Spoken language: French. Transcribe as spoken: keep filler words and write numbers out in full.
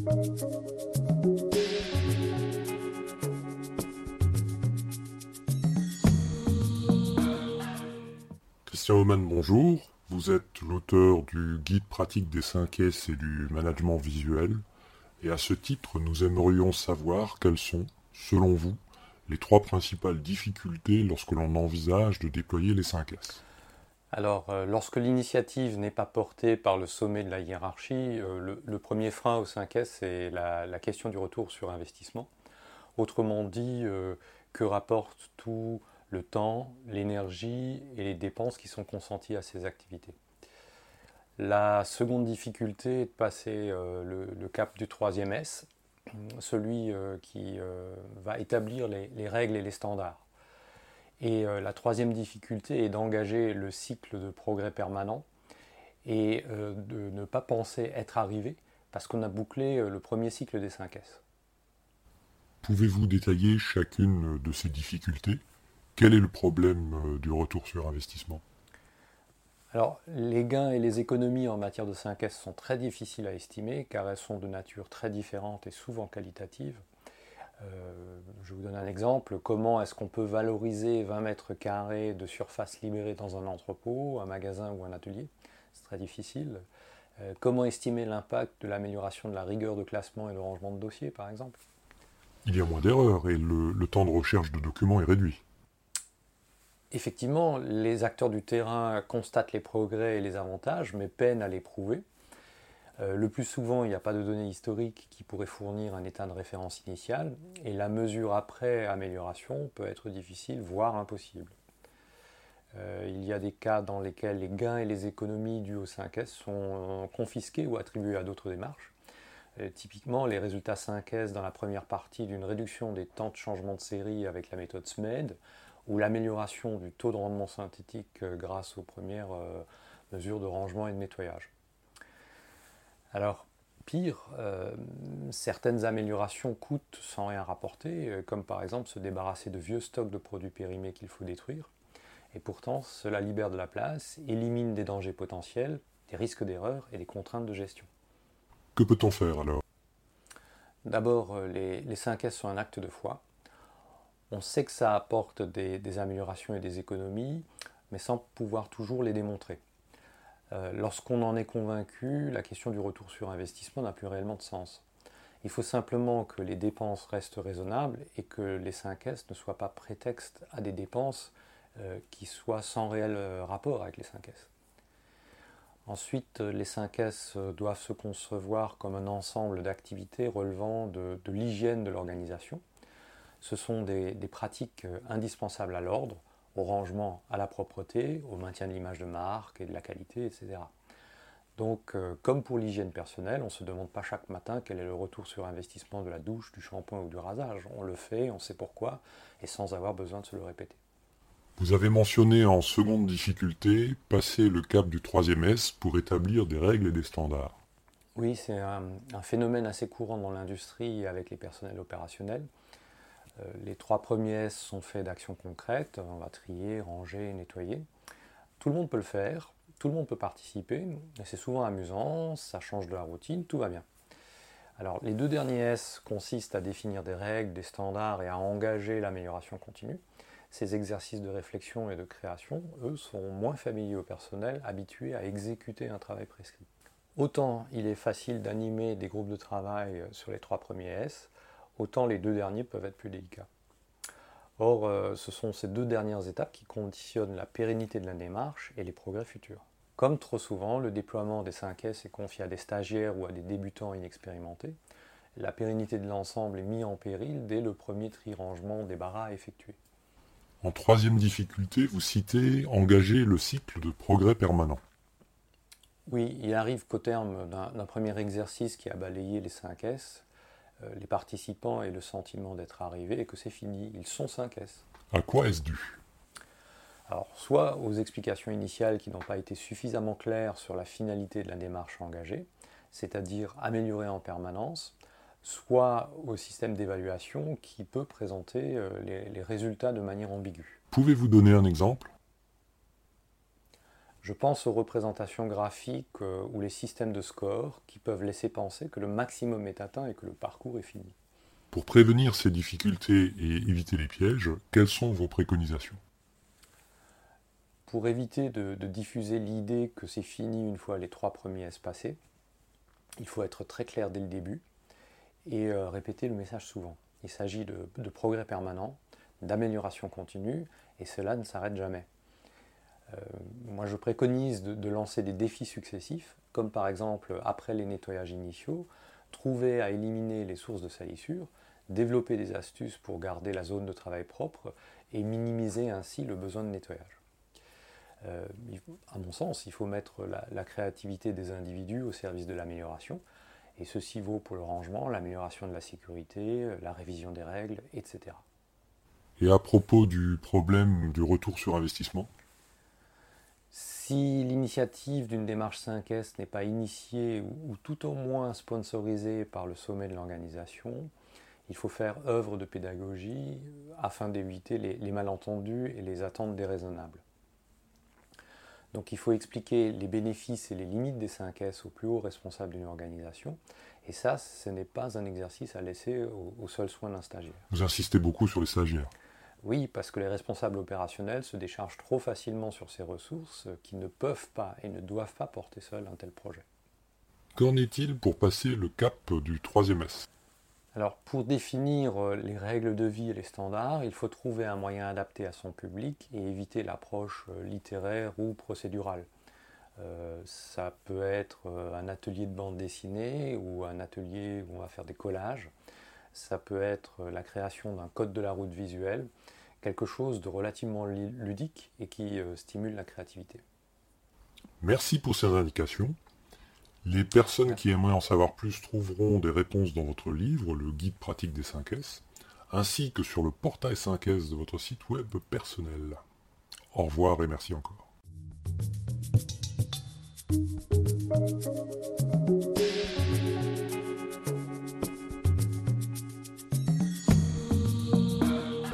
Christian Homan, bonjour. Vous êtes l'auteur du Guide pratique des cinq S et du management visuel. Et à ce titre, nous aimerions savoir quelles sont, selon vous, les trois principales difficultés lorsque l'on envisage de déployer les cinq S. Alors, euh, lorsque l'initiative n'est pas portée par le sommet de la hiérarchie, euh, le, le premier frein aux cinq S, c'est la, la question du retour sur investissement. Autrement dit, euh, que rapporte tout le temps, l'énergie et les dépenses qui sont consenties à ces activités. La seconde difficulté est de passer euh, le, le cap du troisième S, celui euh, qui euh, va établir les, les règles et les standards. Et euh, la troisième difficulté est d'engager le cycle de progrès permanent et euh, de ne pas penser être arrivé parce qu'on a bouclé euh, le premier cycle des cinq S. Pouvez-vous détailler chacune de ces difficultés ? Quel est le problème euh, du retour sur investissement ? Alors, les gains et les économies en matière de cinq S sont très difficiles à estimer car elles sont de nature très différente et souvent qualitatives. Euh, je vous donne un exemple. Comment est-ce qu'on peut valoriser vingt mètres carrés de surface libérée dans un entrepôt, un magasin ou un atelier ? C'est très difficile. Euh, comment estimer l'impact de l'amélioration de la rigueur de classement et de rangement de dossiers, par exemple ? Il y a moins d'erreurs et le, le temps de recherche de documents est réduit. Effectivement, les acteurs du terrain constatent les progrès et les avantages, mais peinent à les prouver. Euh, le plus souvent, il n'y a pas de données historiques qui pourraient fournir un état de référence initial, et la mesure après amélioration peut être difficile, voire impossible. Euh, il y a des cas dans lesquels les gains et les économies dues aux cinq S sont confisqués ou attribués à d'autres démarches. Euh, typiquement, les résultats cinq S dans la première partie d'une réduction des temps de changement de série avec la méthode S M E D, ou l'amélioration du taux de rendement synthétique grâce aux premières euh, mesures de rangement et de nettoyage. Alors, pire, euh, certaines améliorations coûtent sans rien rapporter, euh, comme par exemple se débarrasser de vieux stocks de produits périmés qu'il faut détruire, et pourtant cela libère de la place, élimine des dangers potentiels, des risques d'erreur et des contraintes de gestion. Que peut-on faire alors ? D'abord, les, les cinq S sont un acte de foi. On sait que ça apporte des, des améliorations et des économies, mais sans pouvoir toujours les démontrer. Euh, lorsqu'on en est convaincu, la question du retour sur investissement n'a plus réellement de sens. Il faut simplement que les dépenses restent raisonnables et que les cinq S ne soient pas prétexte à des dépenses euh, qui soient sans réel euh, rapport avec les cinq S. Ensuite, les cinq S doivent se concevoir comme un ensemble d'activités relevant de, de l'hygiène de l'organisation. Ce sont des, des pratiques indispensables à l'ordre, au rangement, à la propreté, au maintien de l'image de marque et de la qualité, et cetera. Donc, euh, comme pour l'hygiène personnelle, on ne se demande pas chaque matin quel est le retour sur investissement de la douche, du shampoing ou du rasage. On le fait, on sait pourquoi, et sans avoir besoin de se le répéter. Vous avez mentionné en seconde difficulté passer le cap du troisième S pour établir des règles et des standards. Oui, c'est un, un phénomène assez courant dans l'industrie avec les personnels opérationnels. Euh, les trois premiers S sont faits d'actions concrètes, on va trier, ranger, nettoyer. Tout le monde peut le faire, tout le monde peut participer, et c'est souvent amusant, ça change de la routine, tout va bien. Alors les deux derniers S consistent à définir des règles, des standards et à engager l'amélioration continue. Ces exercices de réflexion et de création, eux, sont moins familiers au personnel, habitués à exécuter un travail prescrit. Autant il est facile d'animer des groupes de travail sur les trois premiers S, autant les deux derniers peuvent être plus délicats. Or, euh, ce sont ces deux dernières étapes qui conditionnent la pérennité de la démarche et les progrès futurs. Comme trop souvent, le déploiement des cinq S est confié à des stagiaires ou à des débutants inexpérimentés. La pérennité de l'ensemble est mise en péril dès le premier tri-rangement débarras effectué. En troisième difficulté, vous citez engager le cycle de progrès permanent. Oui, il arrive qu'au terme d'un, d'un premier exercice qui a balayé les cinq S, euh, les participants aient le sentiment d'être arrivés et que c'est fini, ils sont cinq S. À quoi est-ce dû ? Alors, soit aux explications initiales qui n'ont pas été suffisamment claires sur la finalité de la démarche engagée, c'est-à-dire améliorer en permanence, soit au système d'évaluation qui peut présenter euh, les, les résultats de manière ambiguë. Pouvez-vous donner un exemple ? Je pense aux représentations graphiques euh, ou les systèmes de score qui peuvent laisser penser que le maximum est atteint et que le parcours est fini. Pour prévenir ces difficultés et éviter les pièges, quelles sont vos préconisations ? Pour éviter de, de diffuser l'idée que c'est fini une fois les trois premiers S passés, il faut être très clair dès le début et euh, répéter le message souvent. Il s'agit de, de progrès permanent, d'amélioration continue, et cela ne s'arrête jamais. Euh, moi, je préconise de, de lancer des défis successifs, comme par exemple, après les nettoyages initiaux, trouver à éliminer les sources de salissure, développer des astuces pour garder la zone de travail propre et minimiser ainsi le besoin de nettoyage. Euh, à mon sens, il faut mettre la, la créativité des individus au service de l'amélioration, et ceci vaut pour le rangement, l'amélioration de la sécurité, la révision des règles, et cetera. Et à propos du problème du retour sur investissement ? Si l'initiative d'une démarche cinq S n'est pas initiée ou, ou tout au moins sponsorisée par le sommet de l'organisation, il faut faire œuvre de pédagogie afin d'éviter les, les malentendus et les attentes déraisonnables. Donc il faut expliquer les bénéfices et les limites des cinq S aux plus hauts responsables d'une organisation. Et ça, ce n'est pas un exercice à laisser au, au seul soin d'un stagiaire. Vous insistez beaucoup sur les stagiaires. Oui, parce que les responsables opérationnels se déchargent trop facilement sur ces ressources qui ne peuvent pas et ne doivent pas porter seuls un tel projet. Qu'en est-il pour passer le cap du troisième S ? Alors, pour définir les règles de vie et les standards, il faut trouver un moyen adapté à son public et éviter l'approche littéraire ou procédurale. Euh, ça peut être un atelier de bande dessinée ou un atelier où on va faire des collages. Ça peut être la création d'un code de la route visuel, quelque chose de relativement ludique et qui euh, stimule la créativité. Merci pour ces indications. Les personnes qui aimeraient en savoir plus trouveront des réponses dans votre livre, le guide pratique des cinq S, ainsi que sur le portail cinq S de votre site web personnel. Au revoir et merci encore.